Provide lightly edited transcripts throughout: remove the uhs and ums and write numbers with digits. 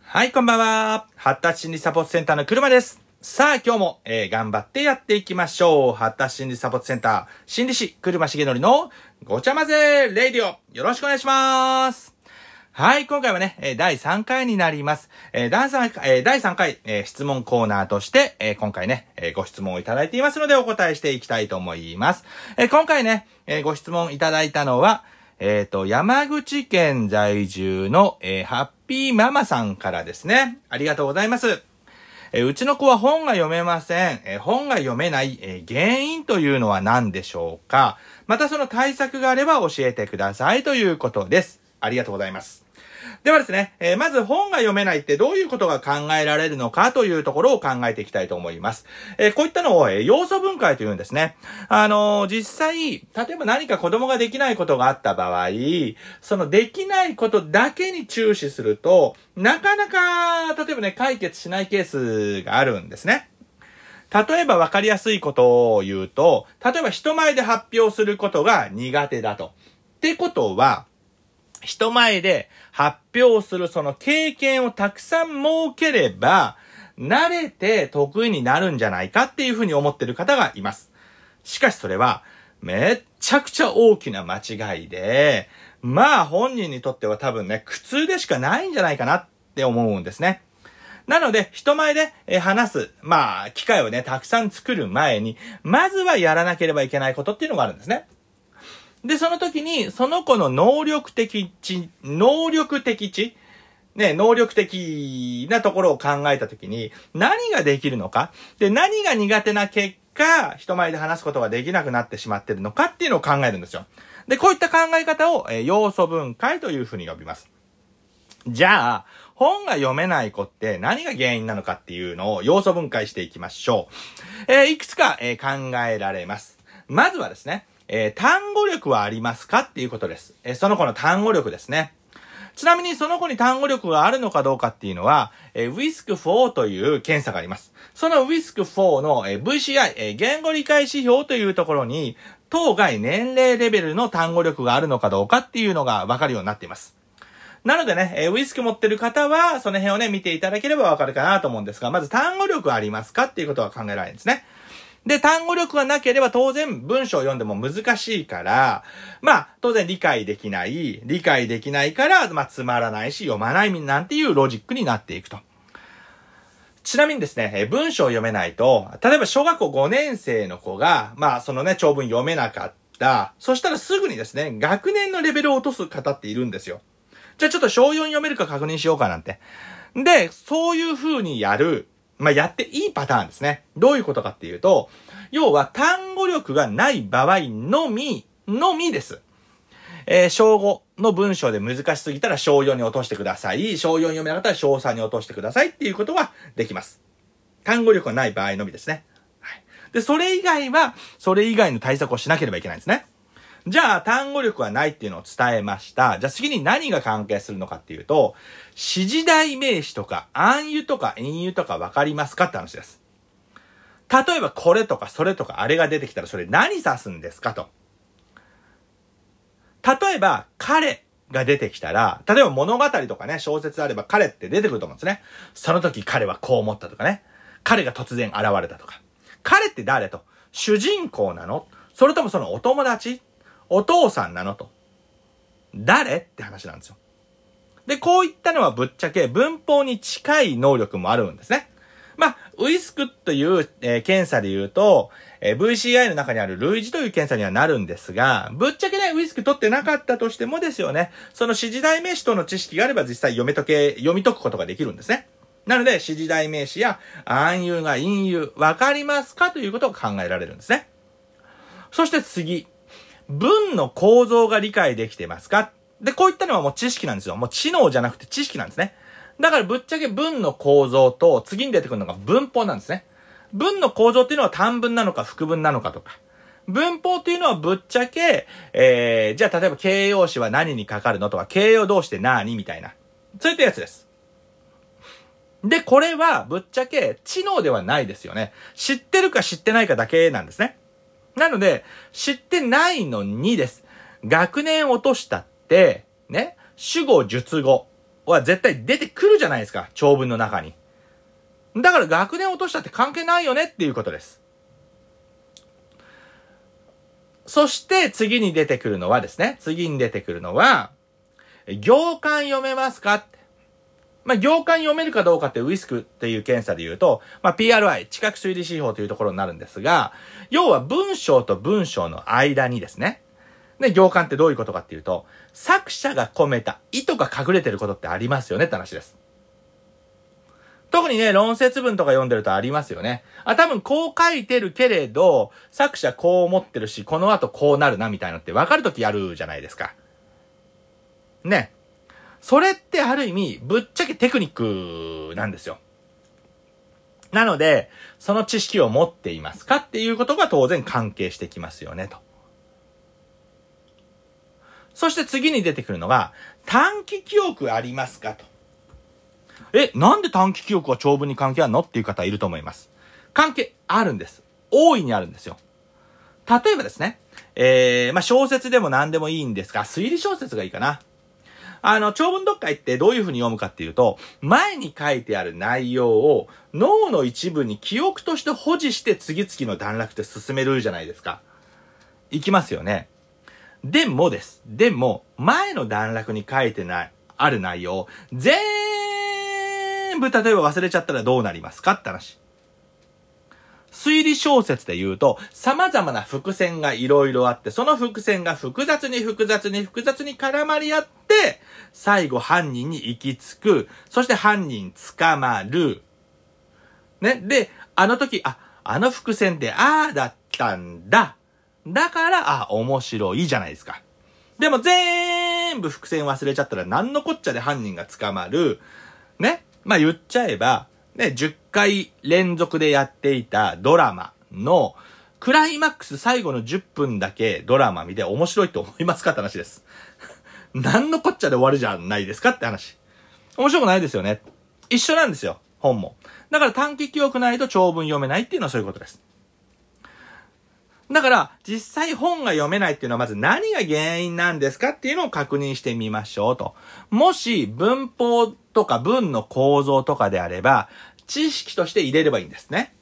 はい、こんばんは。発達心理サポートセンターの車です。さあ、今日も、頑張ってやっていきましょう。発達心理サポートセンター、心理師、車重則のごちゃ混ぜレイディオ、よろしくお願いします。はい、今回はね、第3回になります。第3回、質問コーナーとして、今回ね、ご質問をいただいていますのでお答えしていきたいと思います。今回ね、ご質問いただいたのは、山口県在住の、ハッピーママさんからですね。ありがとうございます。うちの子は本が読めません。本が読めない、原因というのは何でしょうか？またその対策があれば教えてくださいということです。ありがとうございます。ではですね、まず本が読めないってどういうことが考えられるのかというところを考えていきたいと思います。こういったのを、要素分解というんですね。実際、例えば何か子供ができないことがあった場合、そのできないことだけに注視すると、なかなか、例えばね、解決しないケースがあるんですね。例えば分かりやすいことを言うと、例えば人前で発表することが苦手だと。ってことは、人前で発表するその経験をたくさん設ければ、慣れて得意になるんじゃないかっていうふうに思ってる方がいます。しかしそれは、めっちゃくちゃ大きな間違いで、まあ本人にとっては多分ね、苦痛でしかないんじゃないかなって思うんですね。なので、人前で話す、機会をね、たくさん作る前に、まずはやらなければいけないことっていうのがあるんですね。で、その時に、その子の能力的能力的なところを考えた時に、何ができるのか、で、何が苦手な結果、人前で話すことができなくなってしまっているのかっていうのを考えるんですよ。で、こういった考え方を、要素分解というふうに呼びます。じゃあ、本が読めない子って何が原因なのかっていうのを要素分解していきましょう。いくつか、考えられます。まずはですね、単語力はありますかっていうことです。その子の単語力ですね。ちなみにその子に単語力があるのかどうかっていうのは、WISC-4 という検査があります。その WISC-4 の VCI、言語理解指標というところに、当該年齢レベルの単語力があるのかどうかっていうのがわかるようになっています。なのでね、WISC 持ってる方は、その辺をね、見ていただければわかるかなと思うんですが、まず単語力ありますかっていうことは考えられるんですね。で、単語力がなければ当然文章を読んでも難しいから、当然理解できないから、つまらないし読まないなんていうロジックになっていくと。ちなみにですね、文章を読めないと、例えば小学校5年生の子が、そのね、長文読めなかった。そしたらすぐにですね、学年のレベルを落とす方っているんですよ。じゃあちょっと小4読めるか確認しようかなんて。で、そういう風にやる。やっていいパターンですね。どういうことかっていうと、要は単語力がない場合のみです。小5の文章で難しすぎたら小4に落としてください。小4読めなかったら小3に落としてくださいっていうことはできます。単語力がない場合のみですね。はい。で、それ以外の対策をしなければいけないんですね。じゃあ、単語力がないっていうのを伝えました。じゃあ次に何が関係するのかっていうと、指示代名詞とか暗喩とか隠喩とかわかりますかって話です。例えばこれとかそれとかあれが出てきたらそれ何指すんですかと。例えば彼が出てきたら、例えば物語とかね、小説あれば彼って出てくると思うんですね。その時彼はこう思ったとかね。彼が突然現れたとか。彼って誰と？主人公なの？それともそのお友達？お父さんなのと。誰って話なんですよ。で、こういったのはぶっちゃけ文法に近い能力もあるんですね。WISC という、検査で言うと、VCI の中にある類似という検査にはなるんですが、ぶっちゃけね、WISC 取ってなかったとしてもですよね、その指示代名詞との知識があれば実際読み解くことができるんですね。なので、指示代名詞や暗喩が隠喩、わかりますかということを考えられるんですね。そして次。文の構造が理解できてますか？で、こういったのはもう知識なんですよ。もう知能じゃなくて知識なんですね。だからぶっちゃけ文の構造と次に出てくるのが文法なんですね。文の構造っていうのは単文なのか複文なのかとか。文法っていうのはぶっちゃけ、じゃあ例えば形容詞は何にかかるのとか、形容動詞って何みたいな。そういったやつです。で、これはぶっちゃけ知能ではないですよね。知ってるか知ってないかだけなんですね。なので、知ってないのにです。学年落としたって、ね、主語、述語は絶対出てくるじゃないですか、長文の中に。だから学年落としたって関係ないよねっていうことです。そして次に出てくるのは、行間読めますかって。行間読めるかどうかってウイスクっていう検査で言うと、PRI、知覚推理指標というところになるんですが、要は文章と文章の間にですね、で、行間ってどういうことかっていうと、作者が込めた意図が隠れてることってありますよねって話です。特にね、論説文とか読んでるとありますよね。多分こう書いてるけれど、作者こう思ってるし、この後こうなるなみたいなのって分かるときあるじゃないですか。ね。それってある意味、ぶっちゃけテクニックなんですよ。なので、その知識を持っていますかっていうことが当然関係してきますよねと。そして次に出てくるのが、短期記憶ありますかと。なんで短期記憶は長文に関係あるのっていう方いると思います。関係あるんです。大いにあるんですよ。例えばですね、小説でも何でもいいんですが、推理小説がいいかな。長文読解ってどういう風に読むかっていうと、前に書いてある内容を脳の一部に記憶として保持して次々の段落って進めるじゃないですか。いきますよね。でも、前の段落に書いてある内容、全部例えば忘れちゃったらどうなりますかって話。推理小説で言うと、様々な伏線がいろいろあって、その伏線が複雑に絡まり合って、最後犯人に行き着く。そして犯人捕まる。ね。で、あの時、あの伏線ってだったんだ。だから、面白いじゃないですか。でも全部伏線忘れちゃったら何のこっちゃで犯人が捕まる。ね。言っちゃえば、ね、10回連続でやっていたドラマのクライマックス最後の10分だけドラマ見て面白いと思いますかって話です。何のこっちゃで終わるじゃないですかって話。面白くないですよね。一緒なんですよ、本も。だから短期記憶ないと長文読めないっていうのはそういうことです。だから、実際本が読めないっていうのはまず何が原因なんですかっていうのを確認してみましょうと。もし文法とか文の構造とかであれば、知識として入れればいいんですね。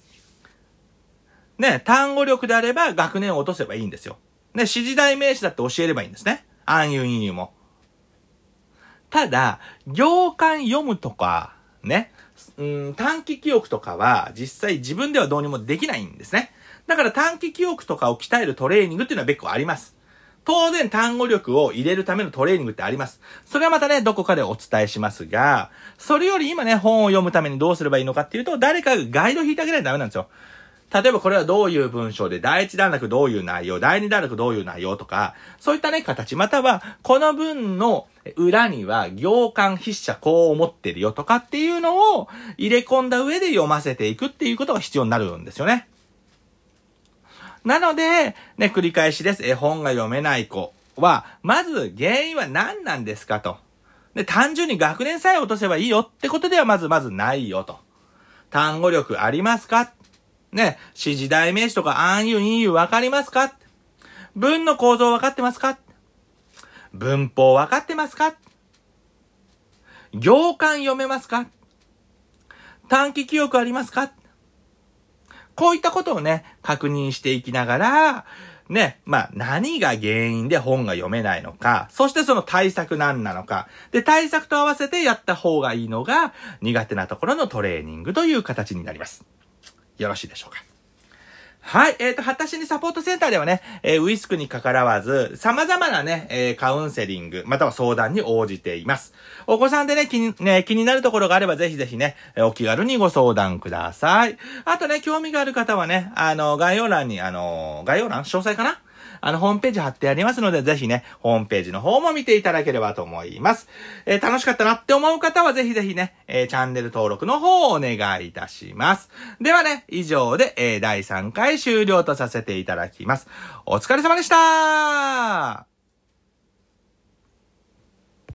ね、単語力であれば学年を落とせばいいんですよ。ね、指示代名詞だって教えればいいんですね。暗喩隠喩も。ただ、行間読むとか、ね、短期記憶とかは実際自分ではどうにもできないんですね。だから短期記憶とかを鍛えるトレーニングっていうのは別個あります。当然単語力を入れるためのトレーニングってあります。それはまたね、どこかでお伝えしますが、それより今ね、本を読むためにどうすればいいのかっていうと、誰かがガイドを引いてあげないとダメなんですよ。例えばこれはどういう文章で、第一段落どういう内容、第二段落どういう内容とか、そういったね、形、または、この文の裏には行間筆者こう思ってるよとかっていうのを入れ込んだ上で読ませていくっていうことが必要になるんですよね。なので、ね、繰り返しです。絵本が読めない子は、まず原因は何なんですかと。で、単純に学年さえ落とせばいいよってことではまずないよと。単語力ありますかね、指示代名詞とか暗喩隠喩わかりますか文の構造わかってますか文法わかってますか行間読めますか短期記憶ありますかこういったことをね、確認していきながら、ね、何が原因で本が読めないのか、そしてその対策何なのか、で、対策と合わせてやった方がいいのが、苦手なところのトレーニングという形になります。よろしいでしょうか。はい。発達心理サポートセンターではね、ウイスクにかかわらず、様々なね、カウンセリング、または相談に応じています。お子さんでね、気になるところがあれば、ぜひぜひね、お気軽にご相談ください。あとね、興味がある方はね、概要欄詳細かなホームページ貼ってありますので、ぜひね、ホームページの方も見ていただければと思います。楽しかったなって思う方は、ぜひぜひね、チャンネル登録の方をお願いいたします。ではね、以上で、第3回終了とさせていただきます。お疲れ様でした。